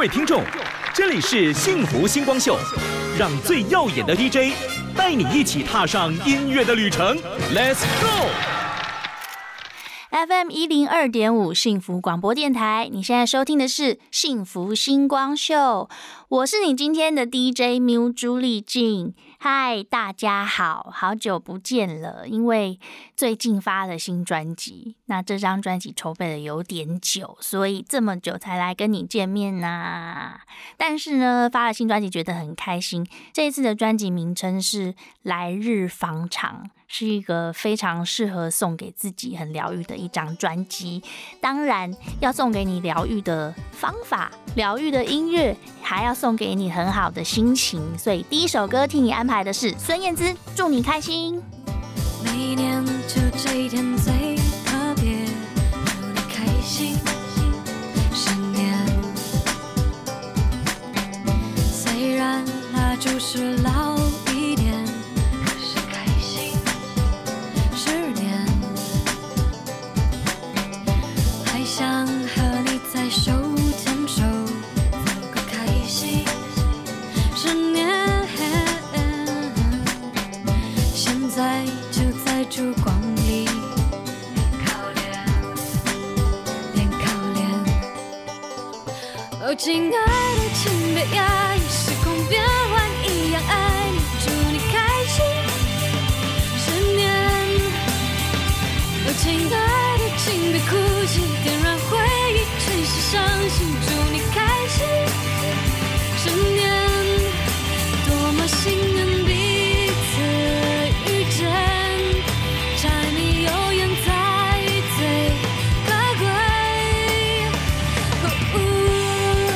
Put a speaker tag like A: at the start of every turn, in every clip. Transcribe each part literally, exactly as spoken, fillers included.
A: 位听众，这里是幸福星光秀，让最耀眼的 D J 带你一起踏上音乐的旅程。Let's go！F
B: M 一零二点五幸福广播电台，你现在收听的是幸福星光秀，我是你今天的 D J Miu 朱丽静。嗨，大家好，好久不见了，因为最近发了新专辑，那这张专辑筹备的有点久，所以这么久才来跟你见面啊。但是呢，发了新专辑觉得很开心。这一次的专辑名称是《来日方长》，是一个非常适合送给自己很疗愈的一张专辑。当然要送给你疗愈的方法、疗愈的音乐，还要送给你很好的心情。所以第一首歌替你安排的是孙燕姿，祝你开心。
C: 每年就这一天最特别，祝你开心。十年，虽然蜡烛是老一点，可是开心。十年，还想和你再手牵手走个开心。十年，现在就在烛光里脸靠脸，脸靠脸。哦，亲爱的，请别压抑，时空变换一样爱你，祝你开心。十年，哦，亲爱的，请别哭泣，点燃回忆，吹熄伤心，祝你开心。十年，多么幸运彼此遇见，柴米油盐在最可贵。哦哦，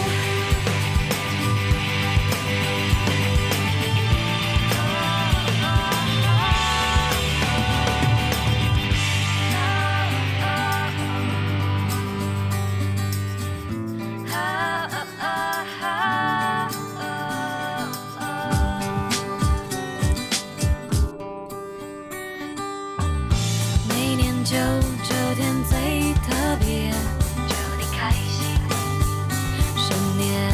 C: 每年就这天最特别，祝你开心。十年，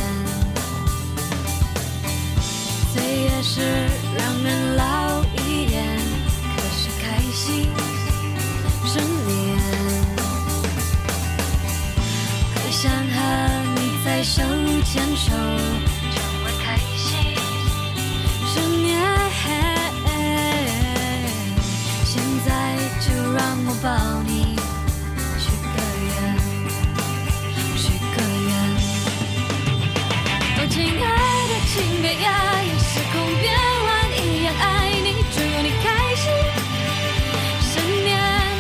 C: 岁月是让人老一点，可是开心。十年，还想和你再手牵手，这么开心。十年，现在就让我抱你许个愿，许个愿。哦，亲爱的，请别压抑，时空变换一样爱你，祝你开心。十年，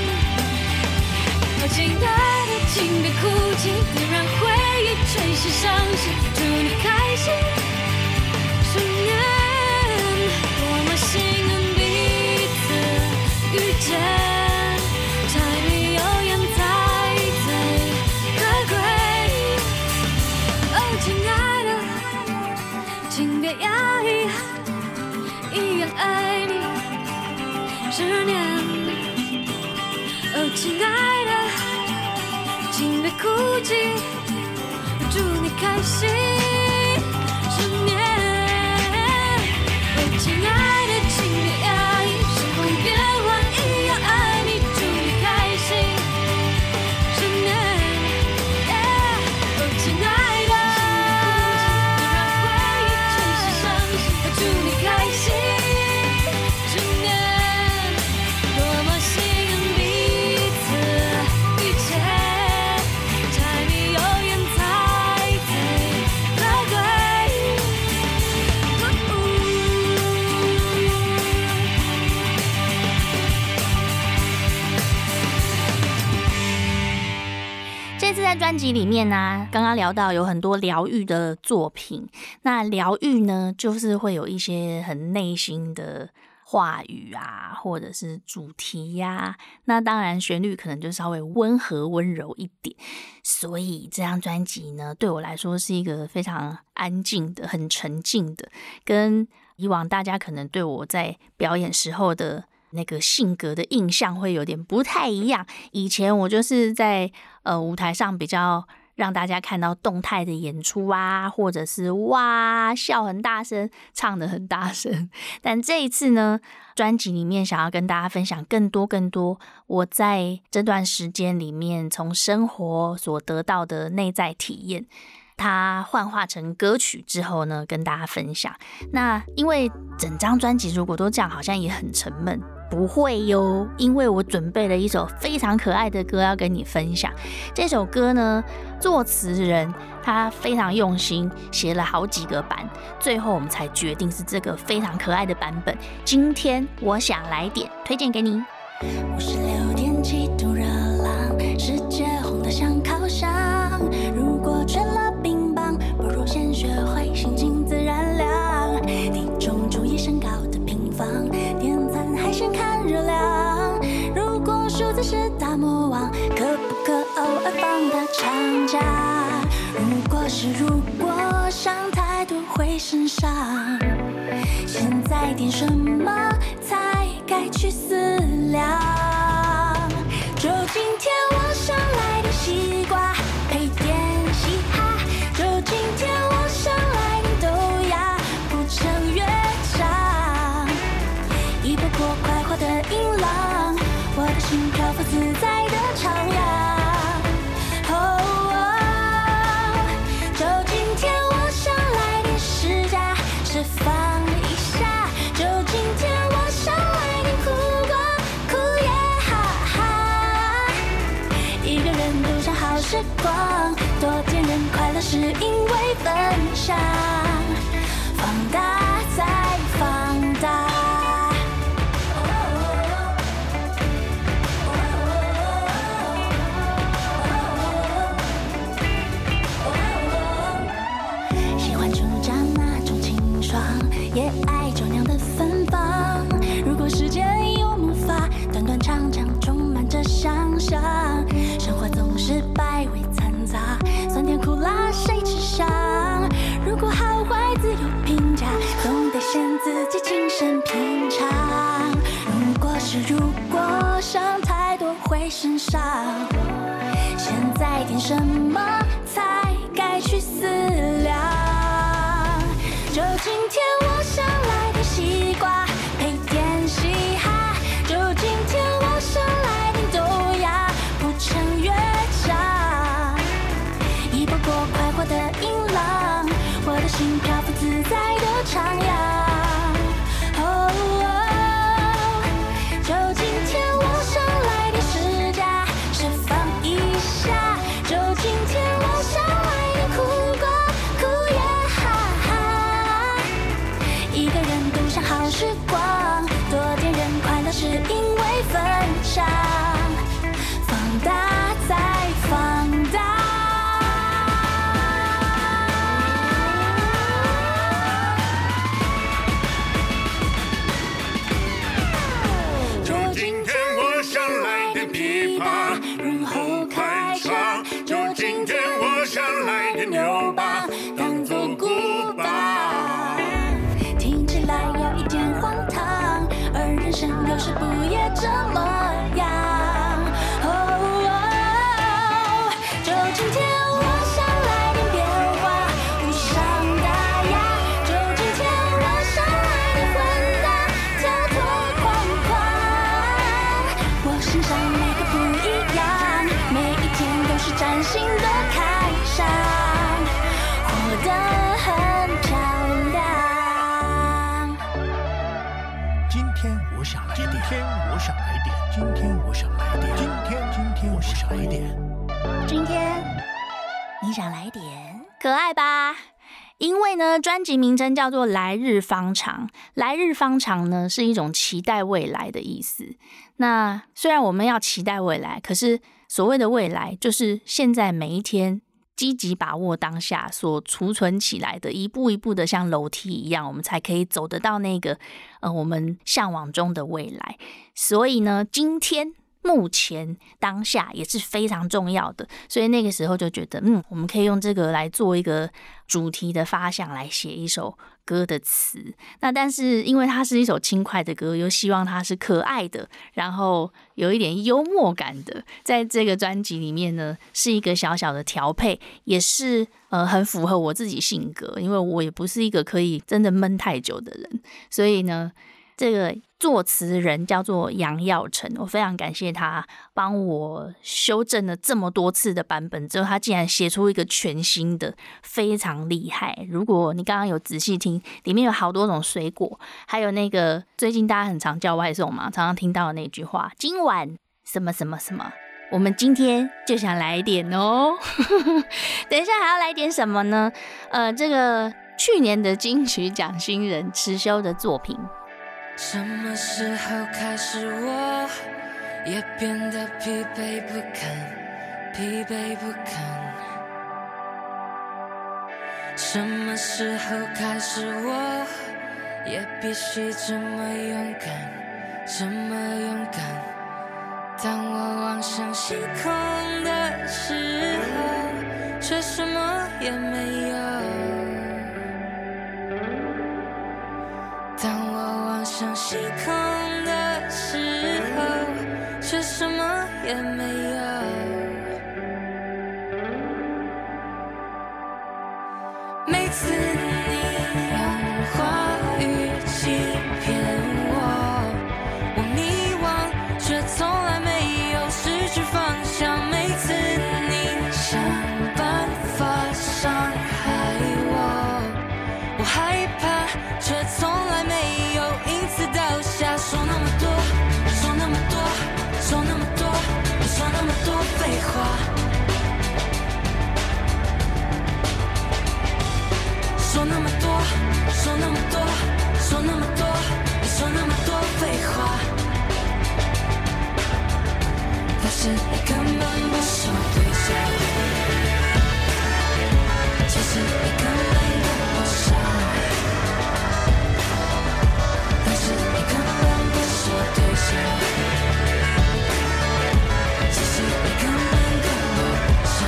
C: 哦，亲爱的，请别哭泣，点燃回忆，吹熄伤心，祝你开心。十年，多么幸运彼此遇见，柴米油盐在最可贵。哦，亲爱的，请别压抑，一样爱你。十年，哦，亲爱的，请别哭泣，祝你开心。十年，哦，亲爱的，请别压抑，时空变换一样爱你，祝你开心。十年，哦，亲爱的，让回忆吹熄伤心，祝你开心。十年，多么幸运彼此遇见，柴米油盐在最可贵。哦
B: 这次在专辑里面呢、啊，刚刚聊到有很多疗愈的作品。那疗愈呢，就是会有一些很内心的话语啊，或者是主题呀、啊。那当然旋律可能就稍微温和温柔一点。所以这张专辑呢，对我来说是一个非常安静的、很沉静的，跟以往大家可能对我在表演时候的那个性格的印象会有点不太一样。以前我就是在呃舞台上比较让大家看到动态的演出啊，或者是哇笑很大声，唱得很大声。但这一次呢，专辑里面想要跟大家分享更多更多我在这段时间里面从生活所得到的内在体验，它幻化成歌曲之后呢，跟大家分享。那因为整张专辑如果都这样，好像也很沉闷。不会哟，因为我准备了一首非常可爱的歌要跟你分享。这首歌呢，作词人他非常用心，写了好几个版，最后我们才决定是这个非常可爱的版本。今天我想来点，推荐给你。
C: 五十六点七度热浪，世界红得像烤箱。如果缺了冰棒，不如先学会心静自然凉。地中主义身高的平方，点餐还先看热量。如果数字是大魔王，可不可偶尔放大长假？如果是如果想太多会身伤，现在点什么才该去思量？就今天我想来点西瓜配点嘻哈，就今天我想来点豆芽铺成乐章，一波波快活的音浪，我的心漂浮自在的徜徉。就今天我想来点释迦释放一下，就今天我想来点苦瓜苦耶哈哈，一个人独享好时光，多点人快乐是因为分享，放大再放大。也爱周娘的芬芳，如果时间有魔法，短短长长充满着想象，生活总是百味掺杂，酸甜苦辣谁吃香？如果好坏自有评价，总得先自己亲身品尝。如果是如果想太多会身伤，现在点什么才该去思量？就今天我想来点西瓜配点嘻哈，就今天我想来点豆芽铺成乐章，一波波快活的音浪，我的心漂浮自在的徜徉。哦哦，就今天我想来点释迦释放一下，就今天我想来点苦瓜苦耶哈哈，一个人独享好时光，多点人快乐是因为分享，放大再放大。就今天我想来点琵琶，润喉开场，就今天我想来点牛蒡，当作鼓棒。听起来有一点荒唐，而人生有时不也这么样？哦哦，就今天我想来点变化，无伤大雅。就今天我想来点混搭，跳脱框框。我欣赏每个不一样，每一天都是崭新的开场，活得很漂亮。
D: 今天我想来点，今天我想来点，今天我想来点，今天今天我想来点，
B: 今天你想来点，可爱吧？因为呢，专辑名称叫做《来日方长》，来日方长呢是一种期待未来的意思。那虽然我们要期待未来，可是所谓的未来，就是现在每一天积极把握当下所储存起来的，一步一步的像楼梯一样，我们才可以走得到那个呃我们向往中的未来。所以呢，今天目前当下也是非常重要的，所以那个时候就觉得，嗯，我们可以用这个来做一个主题的发想，来写一首歌的词。那但是因为它是一首轻快的歌，又希望它是可爱的，然后有一点幽默感的，在这个专辑里面呢，是一个小小的调配，也是呃很符合我自己性格，因为我也不是一个可以真的闷太久的人，所以呢。这个作词人叫做杨耀成，我非常感谢他帮我修正了这么多次的版本之后，他竟然写出一个全新的，非常厉害。如果你刚刚有仔细听，里面有好多种水果，还有那个最近大家很常叫外送嘛，常常听到的那句话，今晚什么什么什么，我们今天就想来一点哦。等一下还要来点什么呢？呃，这个去年的金曲奖新人池修的作品。
C: 什么时候开始我也变得疲惫不堪，疲惫不堪？什么时候开始我也必须这么勇敢，这么勇敢？当我望向星空的时候，却什么也没有。当我望向星空的时候，却什么也没有。每次你用话语欺骗我，我迷惘，却从来没有失去方向。每次你想办法伤害我，我害怕，却从来没有因此倒下。说那么多，说那么多，说那么多，你说那么多废话。说那么多，说那么多，说那么多，你说那么多废话。但是你根本不是我对象，其实你根本跟不上。但是你根本不是我对象，其实你根本跟不上。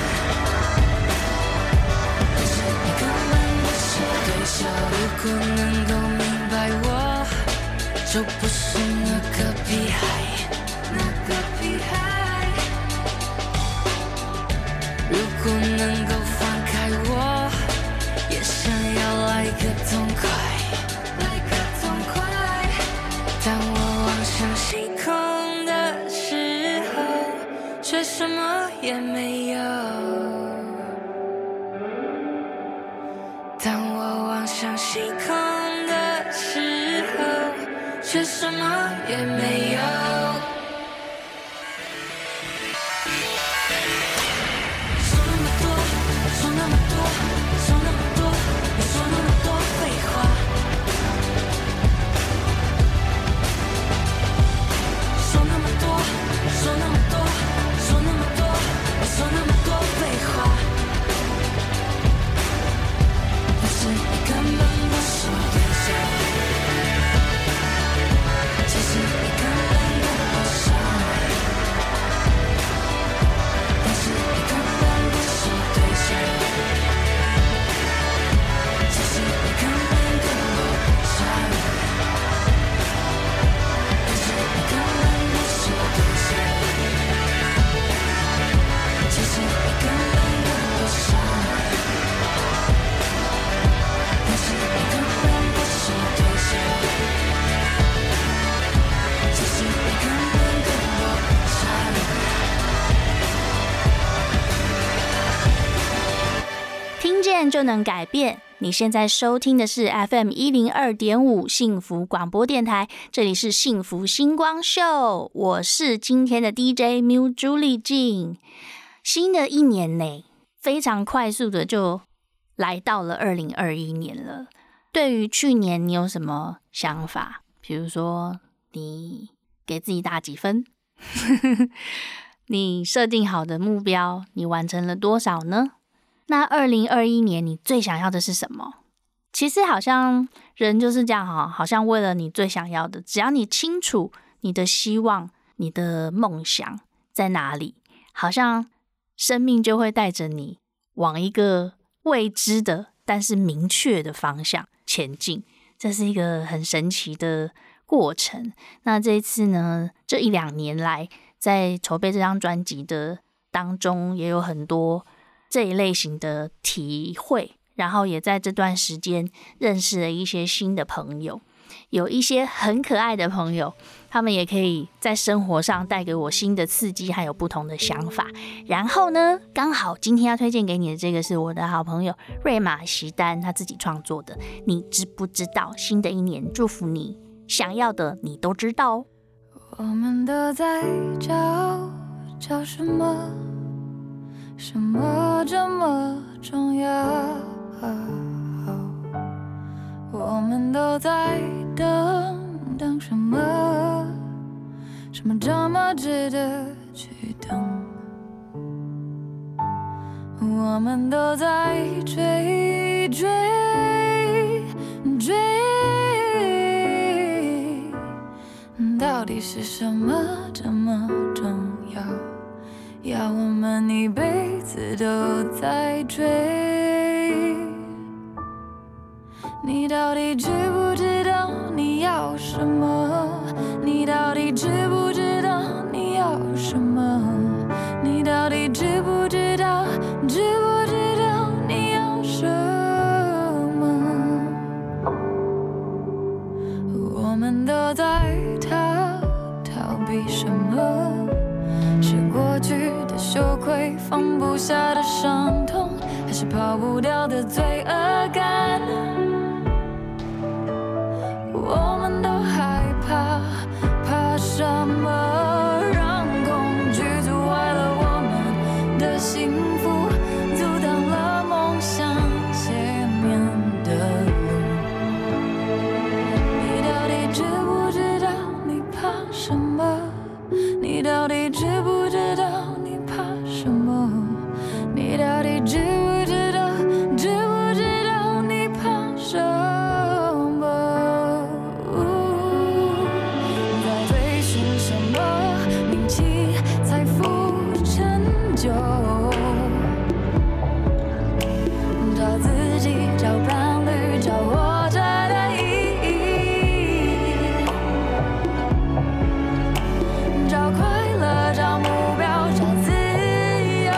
C: 但是你根本不是我对象。如果能够明白我，就不是那个屁孩，那个屁孩。如果能够放开我，也想要来个痛快。当我望向星空的时候，却什么也没有。当我望向星空的时候，却什么也没有。说那么多，说那么多，说那么多，你说那么多废话。说那么多，说那么多，说那么多，你说那么多废话。但是你根本不是我对象，其实你根本跟不上。但是你根本不是我对象，其实你根本跟不上。但是你根本不是我对象，其实你根本跟不上。但是你根本不是我对象，其实你根本跟不上。
B: 听见就能改变。你现在收听的是 F M 一零二点五 幸福广播电台，这里是幸福星光秀，我是今天的 D J Miu 朱丽静。新的一年内，非常快速的就来到了二零二一年了。对于去年，你有什么想法？比如说，你给自己打几分？你设定好的目标，你完成了多少呢？那二零二一年你最想要的是什么？其实好像人就是这样，好像为了你最想要的，只要你清楚你的希望， 你的梦想在哪里，好像生命就会带着你往一个未知的但是明确的方向前进，这是一个很神奇的过程。那这一次呢，这一两年来在筹备这张专辑的当中，也有很多这一类型的体会，然后也在这段时间认识了一些新的朋友，有一些很可爱的朋友，他们也可以在生活上带给我新的刺激，还有不同的想法。然后呢，刚好今天要推荐给你的这个是我的好朋友瑞玛席丹他自己创作的。你知不知道？新的一年祝福你，想要的你都知道。
C: 我们都在找找什么，什么这么重要？我们都在等等什么，什么这么值得去等？我们都在追追追，到底是什么这么重要？要我们一辈子都在追？你到底知不知道你要什么？你到底知不知道你要什么？你到底知不知道，知不知道你要什么？我们都在逃逃避什么？是过去的羞愧，放不下的伤痛，还是跑不掉的罪恶感？我们都害怕，怕什么？让恐惧阻碍了我们的幸福，阻挡了梦想前面的路。你到底知不知道你怕什么？你到底知不知道你怕什么？你到底知不知道，知不知道你怕什么？找自己，找伴侣，找活着的意义，找快乐，找目标，找自由。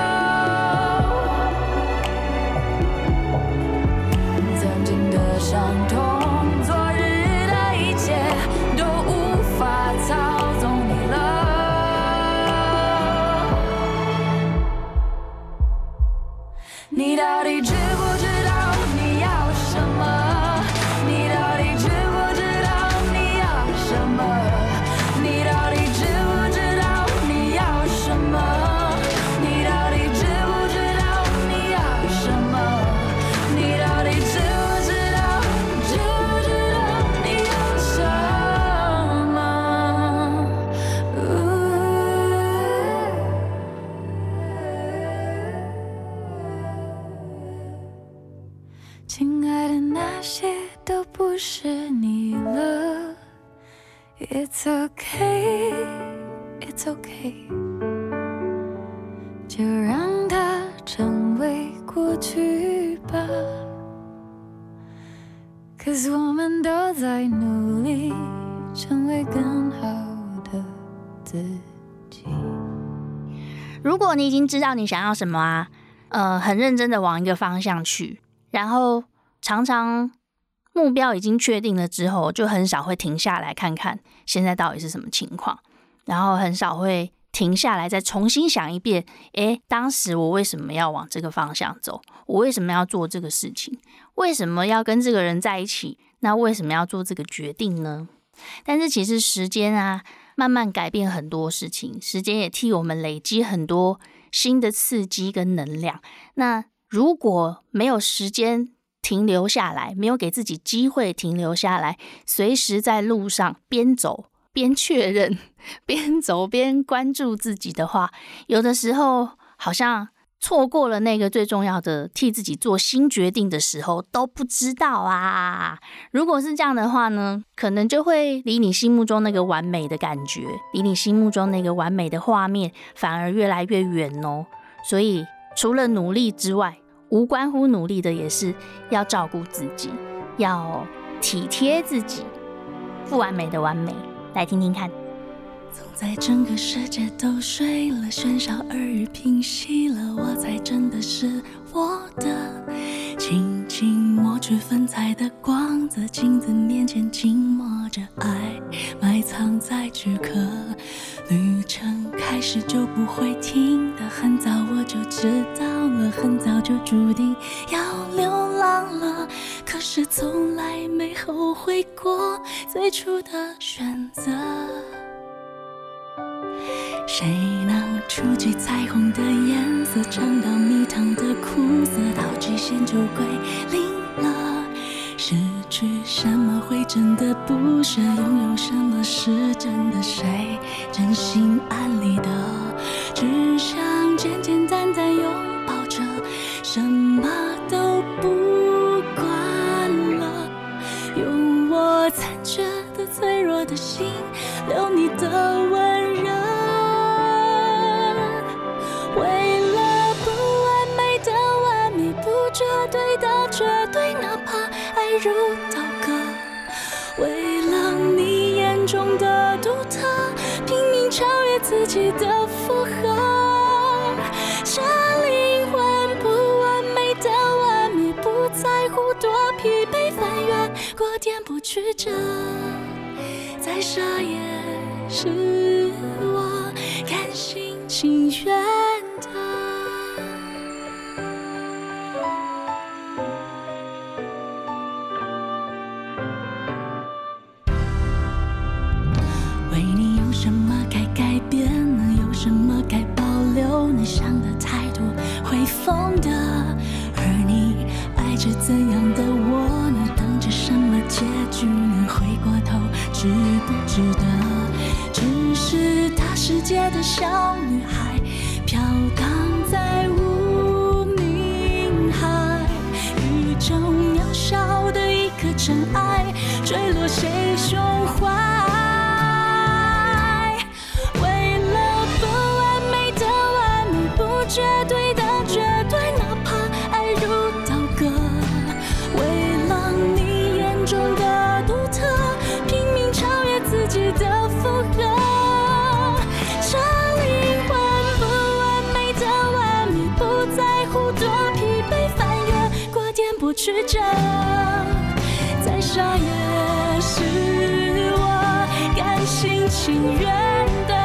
C: 曾经的伤痛，昨日的一切都无法操纵你了。你到底知不知道你要什么？你到底知不知道你要什么？你到底知不知道你要什么？你到底知不知道你要什么？你到底知不知道，知不知道你要什么？亲爱的，那些都不是你了。It's okay, it's okay， 就让它成为过去吧。Cause 我们都在努力成为更好的自己。
B: 如果你已经知道你想要什么啊，呃，很认真的往一个方向去，然后常常目标已经确定了之后，就很少会停下来看看现在到底是什么情况，然后很少会停下来再重新想一遍，诶，当时我为什么要往这个方向走？我为什么要做这个事情？为什么要跟这个人在一起？那为什么要做这个决定呢？但是其实时间啊，慢慢改变很多事情，时间也替我们累积很多新的刺激跟能量。那如果没有时间停留下来，没有给自己机会停留下来，随时在路上边走边确认，边走边关注自己的话，有的时候好像错过了那个最重要的替自己做新决定的时候都不知道啊。如果是这样的话呢，可能就会离你心目中那个完美的感觉，离你心目中那个完美的画面反而越来越远哦。所以除了努力之外，无关乎努力的也是要照顾自己，要体贴自己，不完美的完美。来听听看。
C: 总在整个世界都睡了，喧嚣耳语平息了，我才真的是我的。轻轻抹去粉彩的光泽，镜子面前静默着爱，埋藏在躯壳。旅程开始就不会停的，很早我就知道了，很早就注定要流浪了。可是从来没后悔过最初的选择。谁能触及彩虹的颜色，尝到蜜糖的苦涩，到极限就归零了。失去什么会真的不舍，拥有什么是真的，谁真心安理得？只想简简单单拥抱着，什么都不管了。用我残缺的脆弱的心，留你的温热。为了不完美的完美，不绝对的绝对，哪怕爱如刀割。为了你眼中的独特，拼命超越自己的负荷。这灵魂不完美的完美，不在乎多疲惫，翻越过颠簸曲折。再傻也是我甘心情愿的。为你有什么该改变呢？有什么该保留呢？想的太多会疯的。而你爱着怎样的我呢？等着什么结局呢？回过头值不值得？只是大世界的小女孩，飘荡在无名海，宇宙渺小的一颗尘埃，坠落谁胸怀？为了不完美的完美，不绝对的绝对，哪怕爱如刀割。为了你眼中的独特，拼命超越自己的负荷。这灵魂不完美的完美，不在乎多疲惫，翻越过颠簸曲折。再傻也是我甘心情愿的。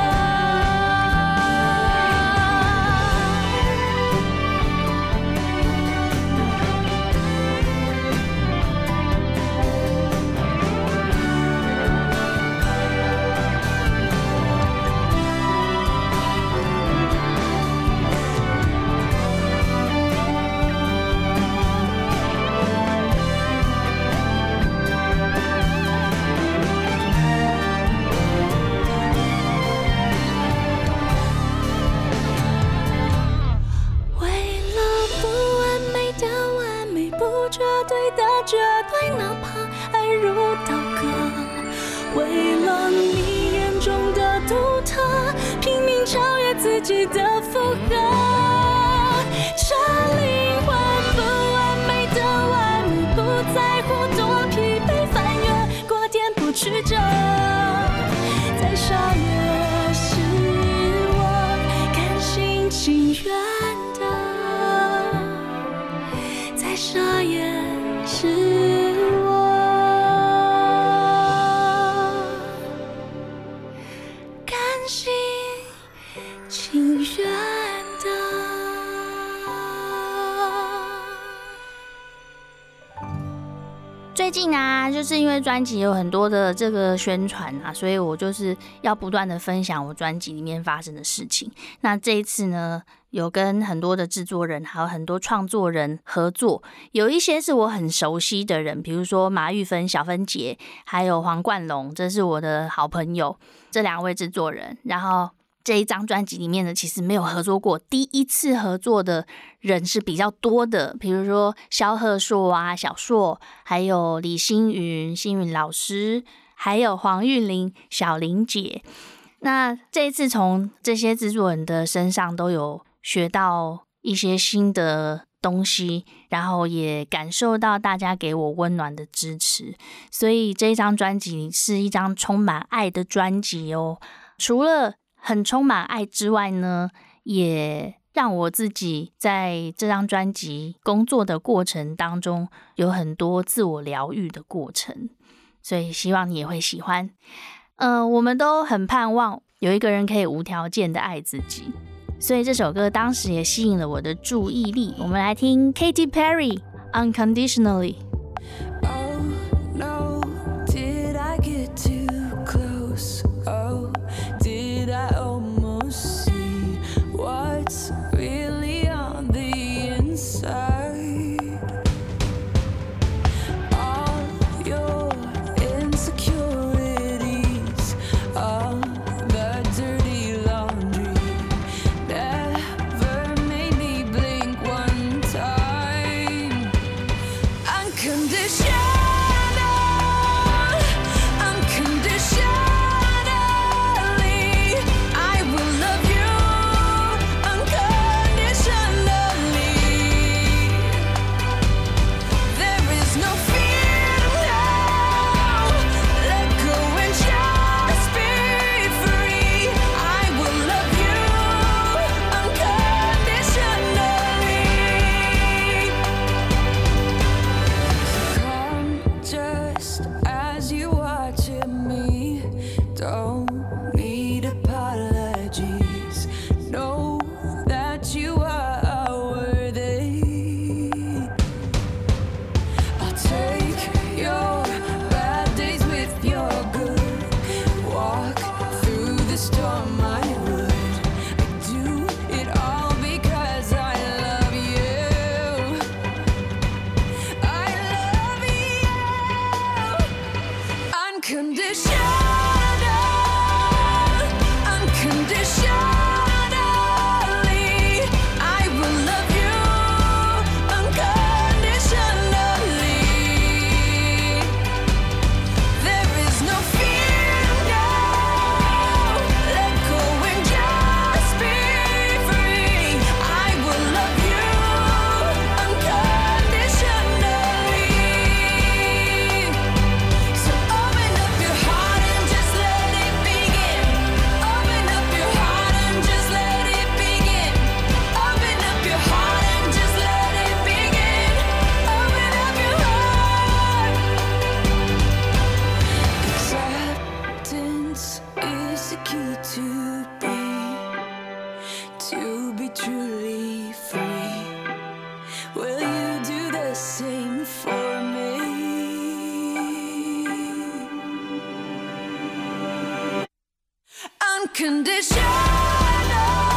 C: 绝对的绝对，哪怕爱如刀割。为了你眼中的独特，拼命超越自己的负荷。这灵魂不完美的完美，不在乎多疲惫，翻越过颠簸曲折。再傻也是我甘心情愿的。再傻也是我甘心情愿的。
B: 最近啊，就是因为专辑有很多的这个宣传啊，所以我就是要不断的分享我专辑里面发生的事情。那这一次呢，有跟很多的制作人还有很多创作人合作，有一些是我很熟悉的人，比如说马玉芬、小芬姐还有黄冠龙，这是我的好朋友，这两位制作人。然后这一张专辑里面呢，其实没有合作过，第一次合作的人是比较多的，比如说萧贺硕啊、小硕，还有李星云、星云老师，还有黄韵玲、小玲姐。那这一次从这些制作人的身上都有学到一些新的东西，然后也感受到大家给我温暖的支持，所以这一张专辑是一张充满爱的专辑哦。除了很充满爱之外呢，也让我自己在这张专辑工作的过程当中有很多自我疗愈的过程，所以希望你也会喜欢。呃，我们都很盼望有一个人可以无条件的爱自己，所以这首歌当时也吸引了我的注意力。我们来听 Katy Perry Unconditionally。Oh
C: no, did I get too close? Oh, did I almost see what's really on the inside? All your insecurities, all the dirty laundry never made me blink one time. Unconditional, unconditionally, I will love you unconditionally. There is no fear now. Let go and just be free. I will love you unconditionally. Come just as you watching me. Don't need apologies. Know that you are worthy. I'll take your bad days with your good. Walk through the storm, I would. I do it all because I love you. I love you unconditional, unconditionally. I will love you unconditionally. There is no fear now. Let go and just be free. I will love you unconditionally. So open up your heart and just let it begin. Open up your heart and just let it begin. Open up your heart and just let it begin. Open up your heart. Acceptance is the key to be, to be truly free. Will you do the same for me? Unconditional,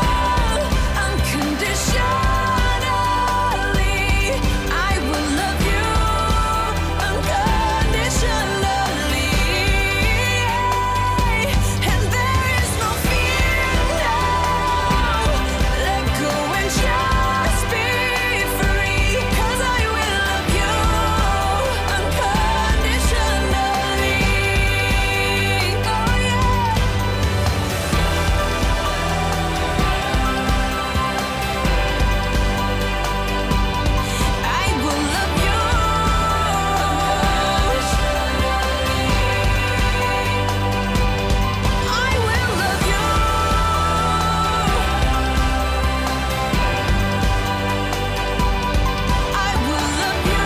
C: unconditionally, I will love you unconditionally. And there is no fear now. Let go and just be free. 'Cause I will love you unconditionally. Oh yeah. I will love you unconditionally. I will love you. I will love you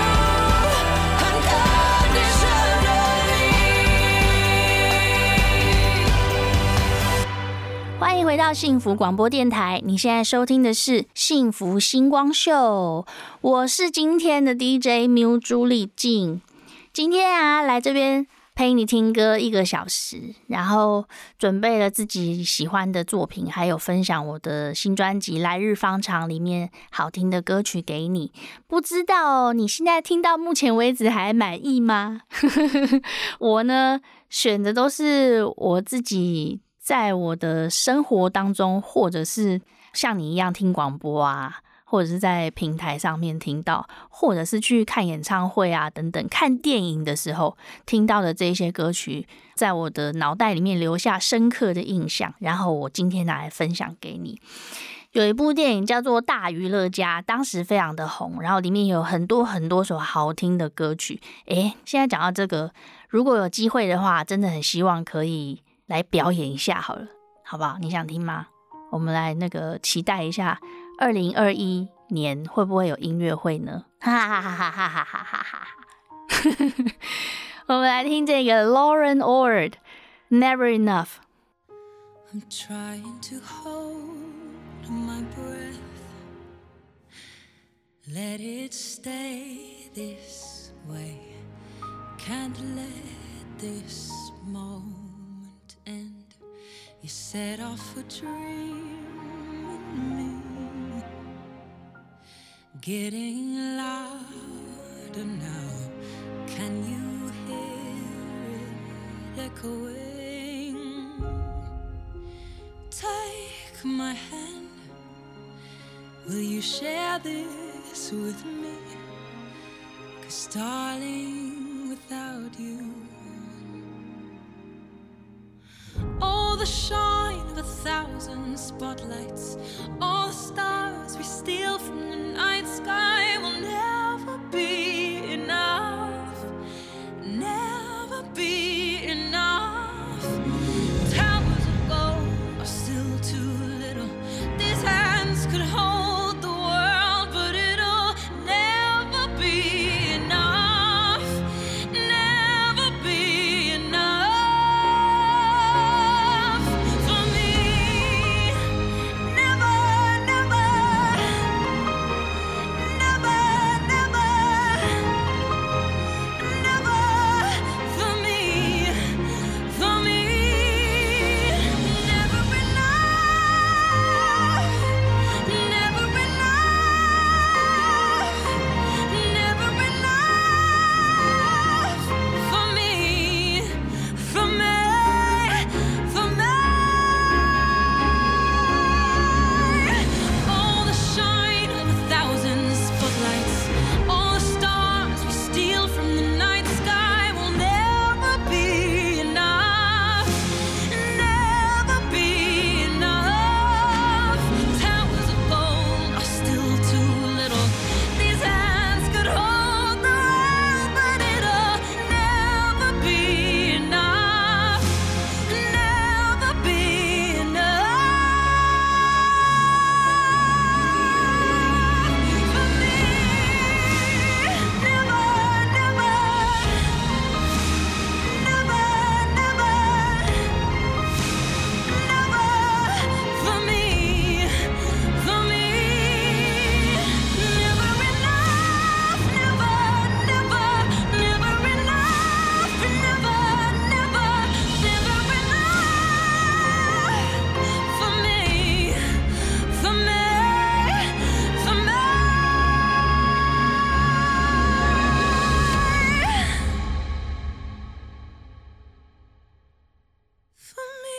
C: unconditionally.
B: 欢迎回到幸福广播电台，你现在收听的是幸福星光秀，我是今天的 D J Miu 朱丽静。今天啊，来这边陪你听歌一个小时，然后准备了自己喜欢的作品，还有分享我的新专辑《来日方长》里面好听的歌曲给你。不知道你现在听到目前为止还满意吗？我呢，选的都是我自己在我的生活当中，或者是像你一样听广播啊，或者是在平台上面听到，或者是去看演唱会啊等等，看电影的时候听到的这些歌曲，在我的脑袋里面留下深刻的印象，然后我今天拿来分享给你。有一部电影叫做《大娱乐家》，当时非常的红，然后里面有很多很多首好听的歌曲。诶，现在讲到这个，如果有机会的话，真的很希望可以来表演一下好了，好不好？你想听吗？我们来那个期待一下二零二一年会不会有音乐会呢？哈哈哈哈哈哈哈哈哈！我们来听这个 Lauren Orr Never Enough。
C: I'm trying to hold my breath, let it stay this way, can't let this moment end. You set off a dream in me, getting louder now, can you hear it echoing? Take my hand, will you share this with me? 'Cause darling, without you, all the shine of a thousand spotlights, all the stars we steal from the night sky will never be enough, never be enough. Towers of gold are still too little, these hands could hold the world, but it'll never be enough, never be enough for me. Never, never, never, never, never for me, for me. Never enough, never enough, never enough for me, for me, for me. All the shine of a thousand spotlights, all the stars we steal from the night sky will never be enough, never be enough. Towers of gold are still too little, these hands could hold the world, but it'll never be enough, never be enough for me. Never, never, never, never, never for me, for me. Never enough, never, never, never enough, never, never, never enough for me, for me, for me. For me.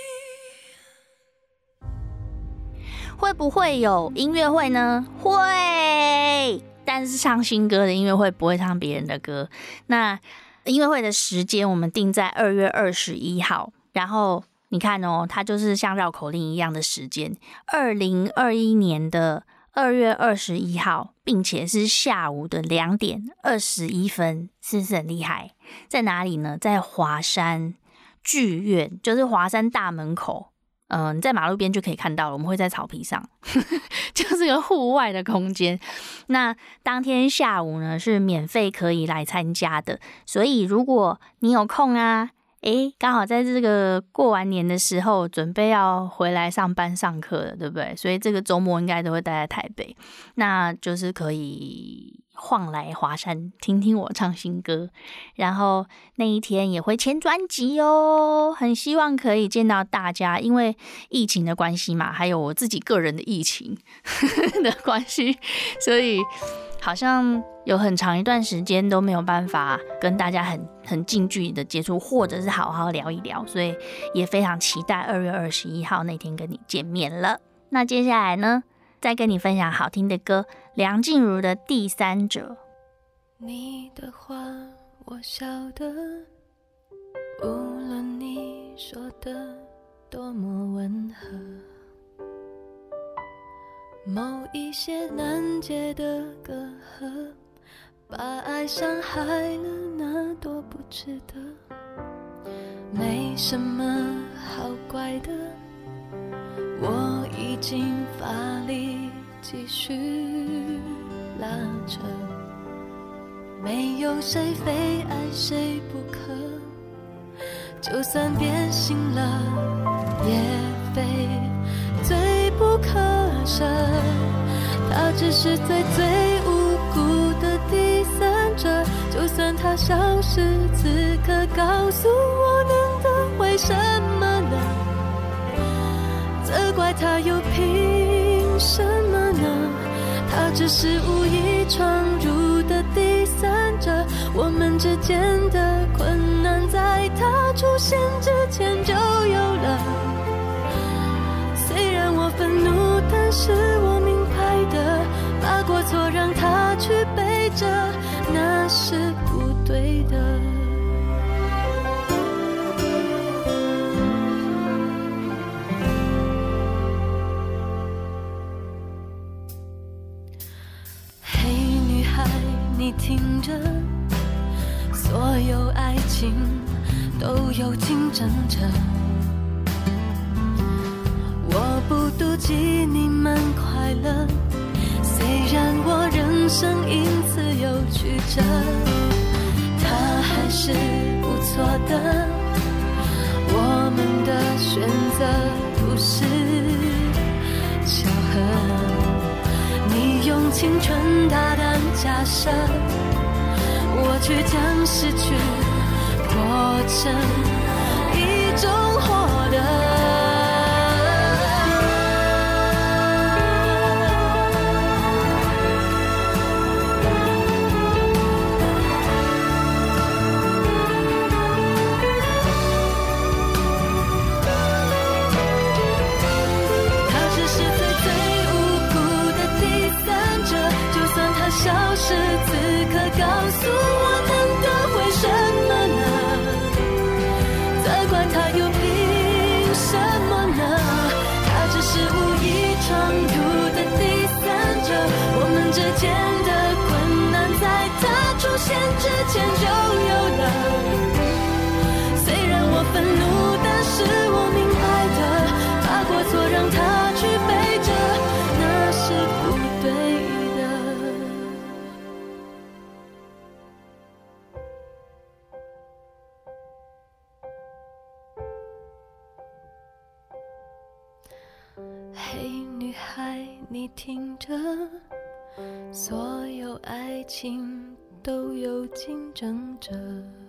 B: 会不会有音乐会呢？会，但是唱新歌的音乐会不会唱别人的歌。那音乐会的时间我们定在二月二十一号，然后你看哦，它就是像绕口令一样的时间，二零二一年的二月二十一号，并且是下午的两点二十一分，是不是很厉害？在哪里呢？在华山剧院，就是华山大门口。嗯、呃，你在马路边就可以看到了。我们会在草皮上，就是个户外的空间。那当天下午呢是免费可以来参加的，所以如果你有空啊，诶，刚好在这个过完年的时候，准备要回来上班上课了，对不对？所以这个周末应该都会待在台北，那就是可以晃来华山听听我唱新歌，然后那一天也会签专辑哦，很希望可以见到大家，因为疫情的关系嘛，还有我自己个人的疫情的关系，所以好像有很长一段时间都没有办法跟大家很很近距离的接触，或者是好好聊一聊，所以也非常期待二月二十一号那天跟你见面了。那接下来呢，再跟你分享好听的歌，梁静茹的《第三者》。
C: 你的话我晓得，无论你说的多么温和，某一些难解的隔阂，把爱伤害了，那多不值得。没什么好怪的，我已经乏力继续拉扯，没有谁非爱谁不可，就算变心了也非罪不可赦。他只是最最无辜的第三者，就算他消失，此刻告诉我能得回什么呢？责怪他又凭什么呢？他只是无意闯入的第三者，我们之间的困难在他出现之前就有了。虽然我愤怒，但是我明白的，把过错让他去背着，那是不对的。嘿，女孩，你听着，所有爱情都有竞争者，我不妒忌你们快乐，虽然我人生因此有曲折，他还是不错的，我们的选择不是巧合。你用青春大胆假设，我却将失去过成一种获得。消失，此刻告诉我能得回什么呢？责怪他又凭什么呢？他只是无意闯入的第三者，我们之间的困难在他出现之前就有了。虽然我愤怒，但是我明白的，把过错让他去背着，那是不对的。嘿，女孩，你听着，所有爱情都有竞争者，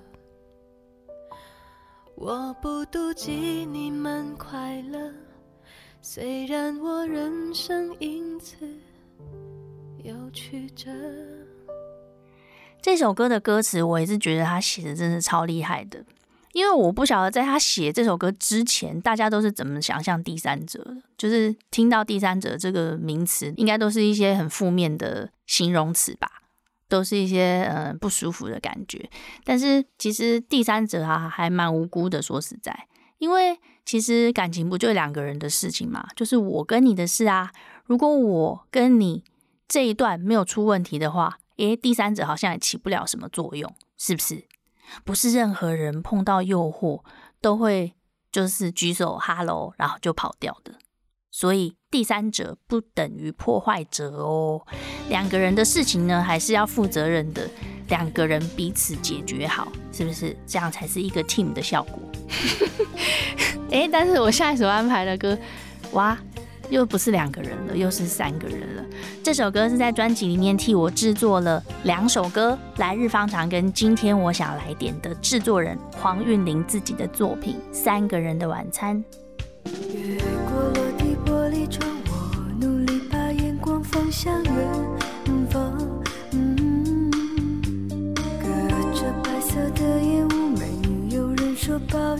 C: 我不妒忌你们快乐，虽然我人生因此有曲折。
B: 这首歌的歌词我也是觉得他写的真的超厉害的，因为我不晓得在他写这首歌之前，大家都是怎么想象第三者的，就是听到第三者这个名词，应该都是一些很负面的形容词吧，都是一些呃不舒服的感觉。但是其实第三者啊，还蛮无辜的，说实在，因为其实感情不就两个人的事情嘛，就是我跟你的事啊。如果我跟你这一段没有出问题的话，诶，第三者好像也起不了什么作用，是不是？不是任何人碰到诱惑都会就是举手哈喽然后就跑掉的，所以第三者不等于破坏者哦。两个人的事情呢，还是要负责任的，两个人彼此解决好，是不是？这样才是一个 team 的效果。诶，但是我下一首安排的歌，哇，又不是两个人了，又是三个人了。这首歌是在专辑里面替我制作了两首歌，来日方长跟今天我想来点的制作人黄韵玲自己的作品《三个人的晚餐》。
C: 越过落地玻璃窗，我努力把眼光放向远方，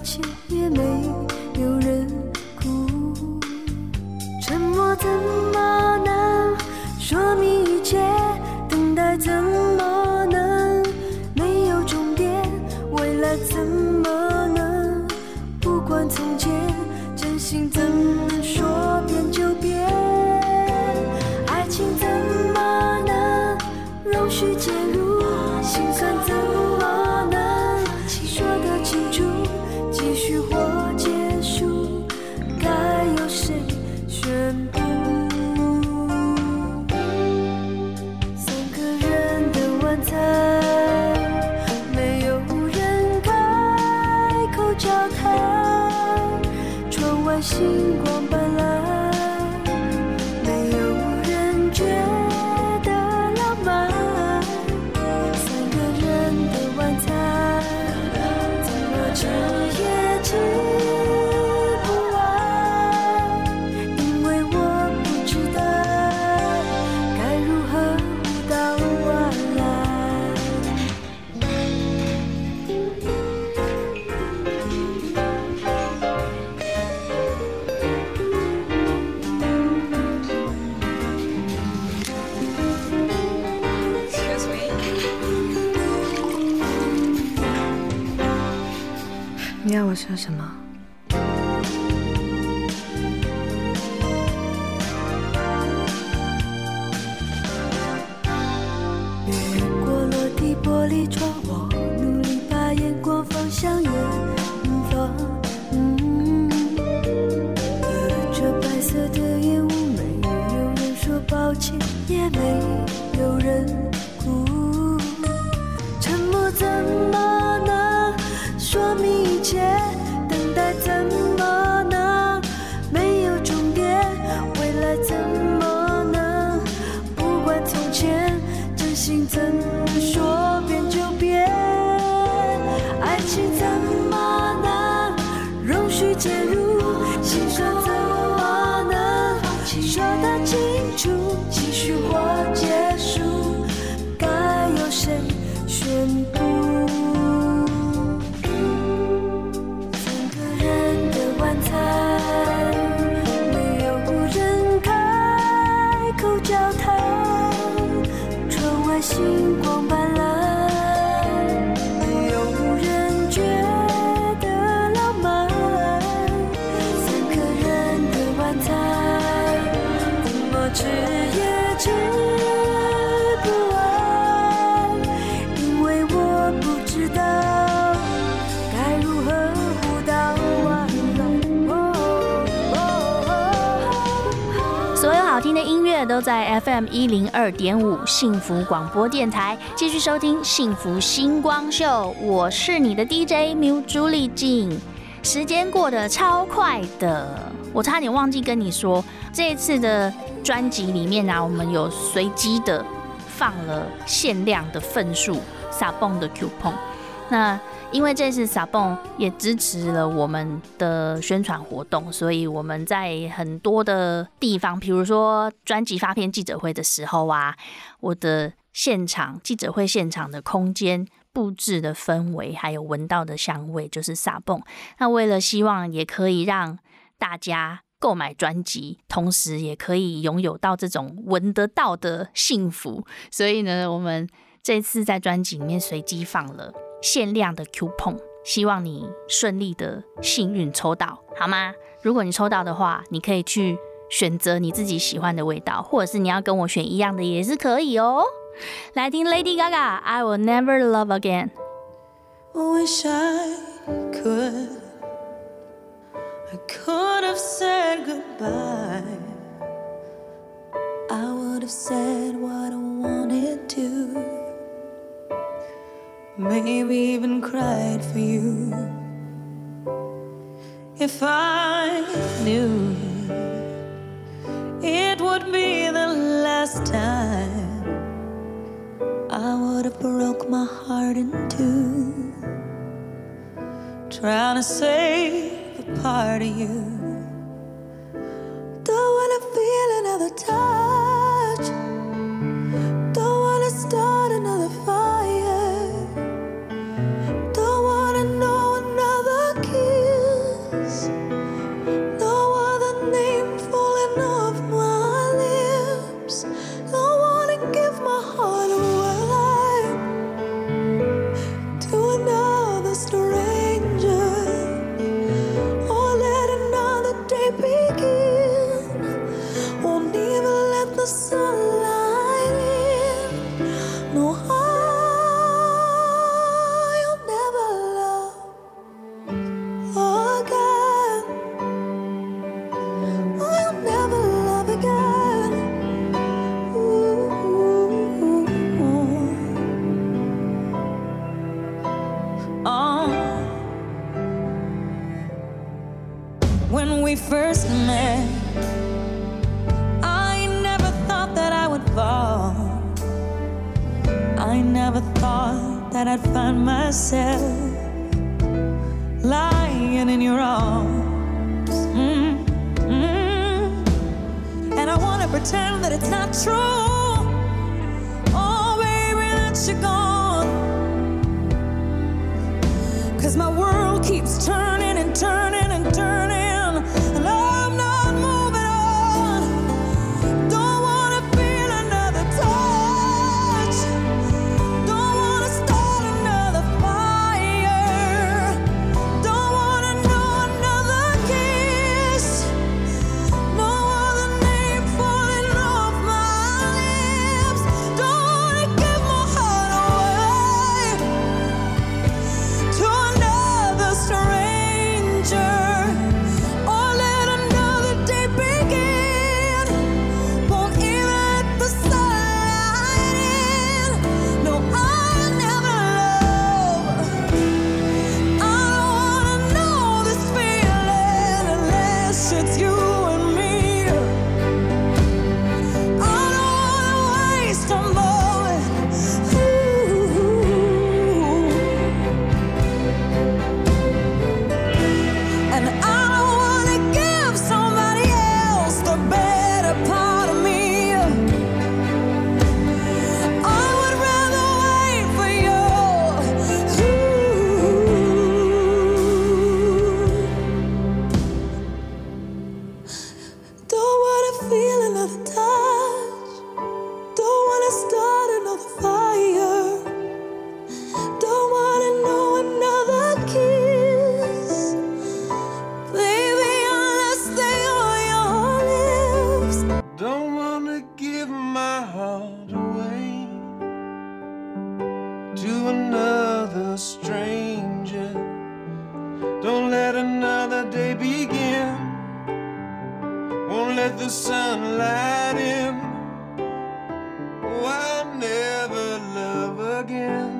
C: 歉，也没有人哭。沉默怎么能说明一切？等待怎么能没有终点？未来怎么能不管从前？真心怎能说变就变？爱情怎么能容许介入？心酸怎么能说得清楚？继续或结束，该由谁宣布？三个人的晚餐，没有人开口交谈，窗外星光斑斓，没有人觉得浪漫。三个人的晚餐，怎么吃也吃不完，因为我不知道该如何互道晚安。
E: 你要我说什么？
C: 越过落地玻璃窗，我努力把眼光放向远方。嗯，隔着白色的烟雾，没有人说抱歉，也没有人哭。沉默怎么能说明一切？等待怎么能没有终点？未来怎么能不管从前？真心怎能说变就变？爱情怎么能容许介入？心酸怎么能说得清楚？继续或结束，该由谁宣布？三个人的晚餐，没有人开口交谈，窗外星光斑斓，没有人觉得浪漫。三个人的晚餐，怎么吃也吃不完，因为我不知道该如何互道晚安。
B: 所有好听的音乐都在 F M 一零二点五幸福广播电台，继续收听幸福星光秀，我是你的 D J 喵朱丽静。时间过得超快的，我差点忘记跟你说，这一次的专辑里面啊，我们有随机的放了限量的份数撒蹦的 coupon。那因为这次撒蹦也支持了我们的宣传活动，所以我们在很多的地方，比如说专辑发片记者会的时候啊，我的现场记者会现场的空间布置的氛围，还有闻到的香味，就是撒蹦。那为了希望也可以让大家购买专辑，同时也可以拥有到这种闻得到的幸福，所以呢，我们这次在专辑里面随机放了限量的 coupon， 希望你顺利的幸运抽到，好吗？如果你抽到的话，你可以去选择你自己喜欢的味道，或者是你要跟我选一样的也是可以哦。来听 Lady Gaga I Will Never Love Again。
F: Wish I could I could have said goodbye. I would have said what I wanted to, maybe even cried for you. If I knew it would be the last time, I would have broke my heart in two, trying to save a part of you. Don't wanna feel another touch, don't wanna start another fire, don't wanna know another kiss. No, I'll never love again. I'll never love again. Ooh. Oh. When we first met, I never thought that I would fall. I never thought that I'd find myself lying in your arms. Mm-hmm. And I wanna pretend that it's not true. Oh, baby, that you're gone. 'Cause my world keeps turning and turning and turning. And I'm not moving on. Don't wanna feel another touch. Don't wanna start another fire. Don't wanna know another kiss. No other name falling off my lips. Don't wanna give my heart away to another stranger. Or let another day begin. Won't even let the sunlight in. No, I'll never love. I don't wanna know this feeling unless it's you and me. I don't wanna waste a moment. Ooh. And I don't wanna give somebody else the better part of me. I would rather wait for you. Ooh. Don't wanna feel another touch. Don't wanna start another fire. Don't wanna know another kiss. Baby, unless they are your lips.
G: Don't wanna give my heart away to another stranger. Don't let another day begin. Won't let the sunlight in. Oh, I'll never love again.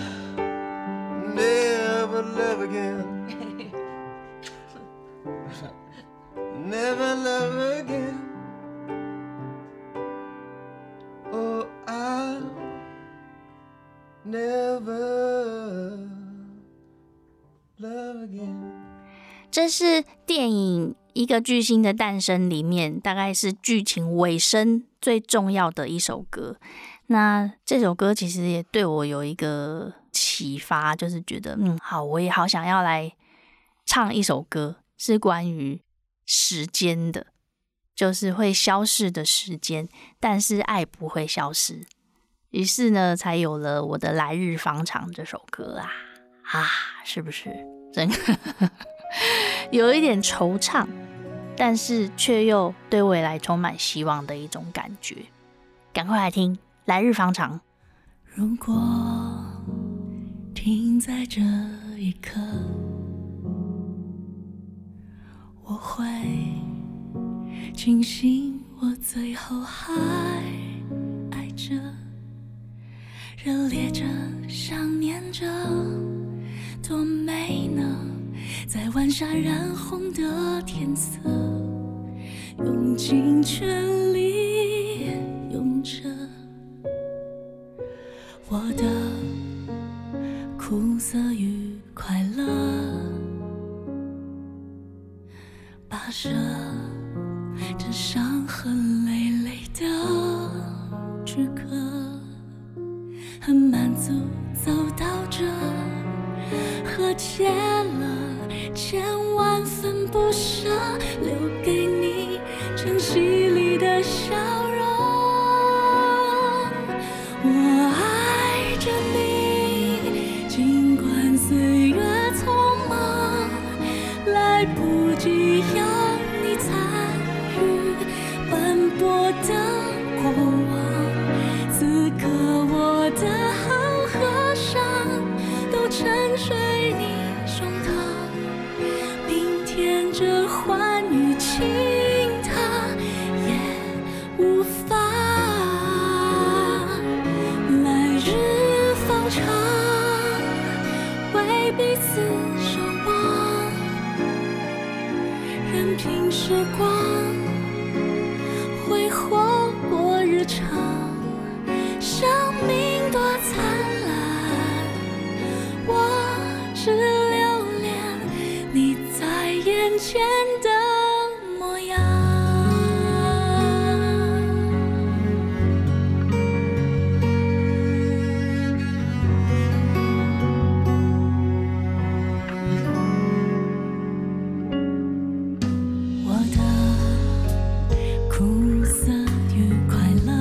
G: Never love again. Never love again. Oh, I'll never love again.
B: 这是电影《一个巨星的诞生》里面大概是剧情尾声最重要的一首歌。那这首歌其实也对我有一个启发，就是觉得嗯，好，我也好想要来唱一首歌，是关于时间的，就是会消逝的时间，但是爱不会消失。于是呢，才有了我的《来日方长》这首歌啊啊，是不是真的有一点惆怅，但是却又对未来充满希望的一种感觉。赶快来听《来日方长》。
C: 如果停在这一刻，我会庆幸我最后还爱着，热烈着，想念着，多美呢，在晚霞染红的天色，用尽全力拥着我的苦涩与快乐，跋涉这伤痕累累的躯壳，很满足走到这，和解了千万分不舍，留给你晨曦里的笑容。我爱着你，尽管岁月匆忙，来不及要你参与斑驳的过往，此刻我的彼此守望，任凭时光挥霍过日常。生命多灿烂，我只留恋你在眼前的模样。我的苦涩与快乐，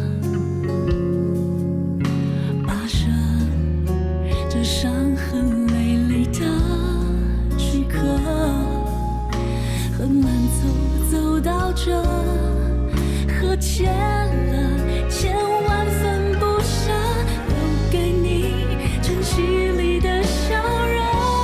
C: 跋涉这伤痕累累的躯壳，很难走走到这，和欠了千万分不舍，留给你珍惜里的笑容。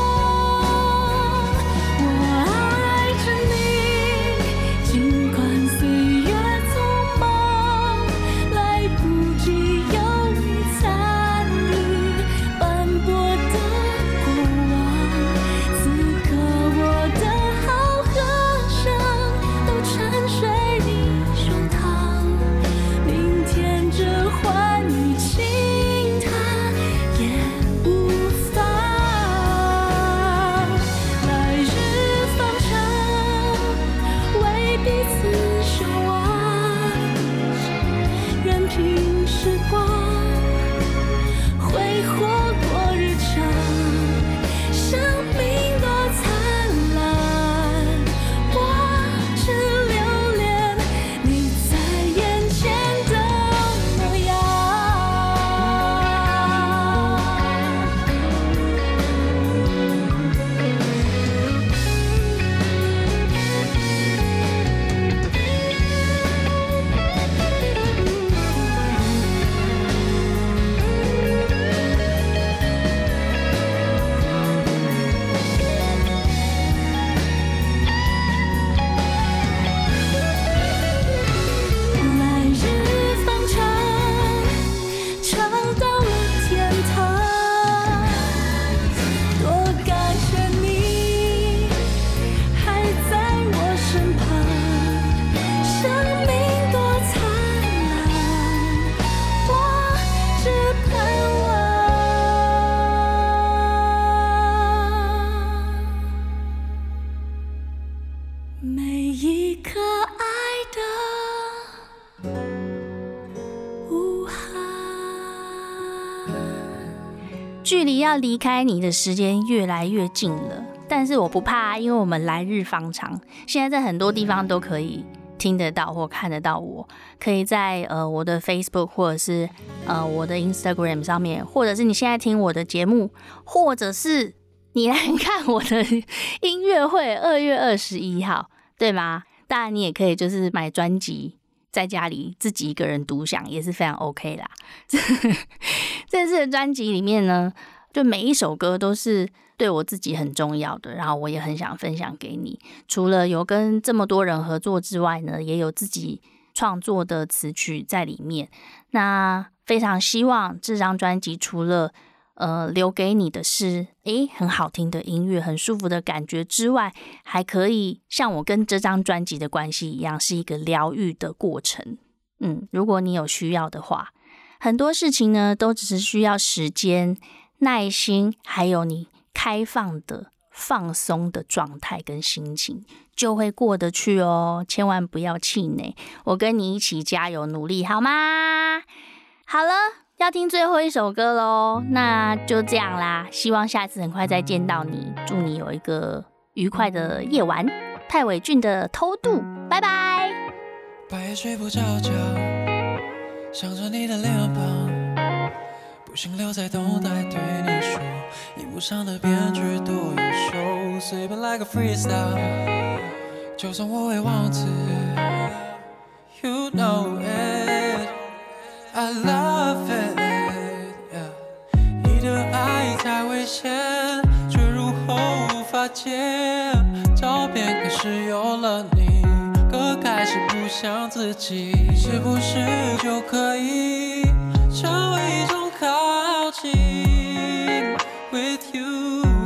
C: 我爱着你，尽管岁月匆忙，来不及有你参与斑驳的过往。此刻我的好和声都沉睡你胸膛，明天这欢愉轻弹也无妨。来日方长，为彼此守望，任凭时光挥霍过日常。生命多灿烂，我只留恋你在眼前的模样。来日方长，长到了天堂。多感谢你还在我身旁。生命多灿烂，我只盼望每一颗爱的无憾。
B: 距离要离开你的时间越来越近了，但是我不怕，因为我们来日方长。现在在很多地方都可以听得到或看得到我，可以在呃我的 Facebook 或者是呃我的 Instagram 上面，或者是你现在听我的节目，或者是你来看我的音乐会，二月二十一号，对吗？当然你也可以就是买专辑，在家里自己一个人独享也是非常 OK 啦。这次的专辑里面呢，就每一首歌都是对我自己很重要的，然后我也很想分享给你。除了有跟这么多人合作之外呢，也有自己创作的词曲在里面。那非常希望这张专辑除了呃留给你的是诶很好听的音乐，很舒服的感觉之外，还可以像我跟这张专辑的关系一样，是一个疗愈的过程。嗯，如果你有需要的话，很多事情呢都只是需要时间、耐心，还有你开放的放松的状态跟心情，就会过得去哦。千万不要气馁，我跟你一起加油努力，好吗？好了，要听最后一首歌咯，那就这样啦。希望下次很快再见到你，祝你有一个愉快的夜晚。泰伟俊的偷渡，拜拜。
H: 半夜睡不着觉，想着你的脸庞，不想留在动态对你说，荧幕上的编剧多优秀，随便来个 freestyle， 就算我会忘记 You know it I love it yeah. 你的爱太危险，坠入后无法解，照片可是有了你，歌开始不像自己，是不是就可以成为一种靠近 With you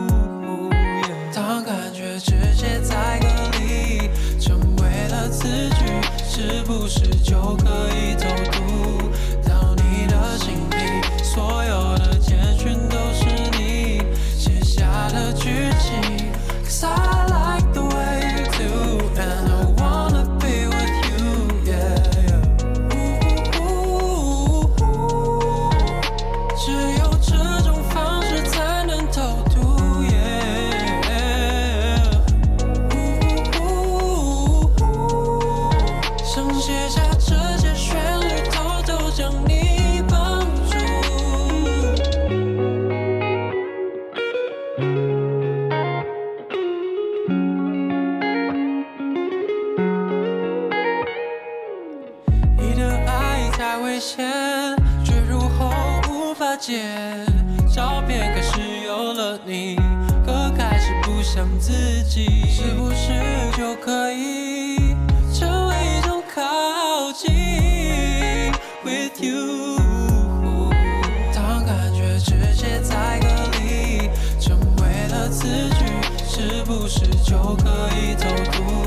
H: 间，照片开始有了你，歌开始不像自己，是不是就可以成为一种靠近 ？With you， 当感觉直接在隔离，成为了字句，是不是就可以偷渡？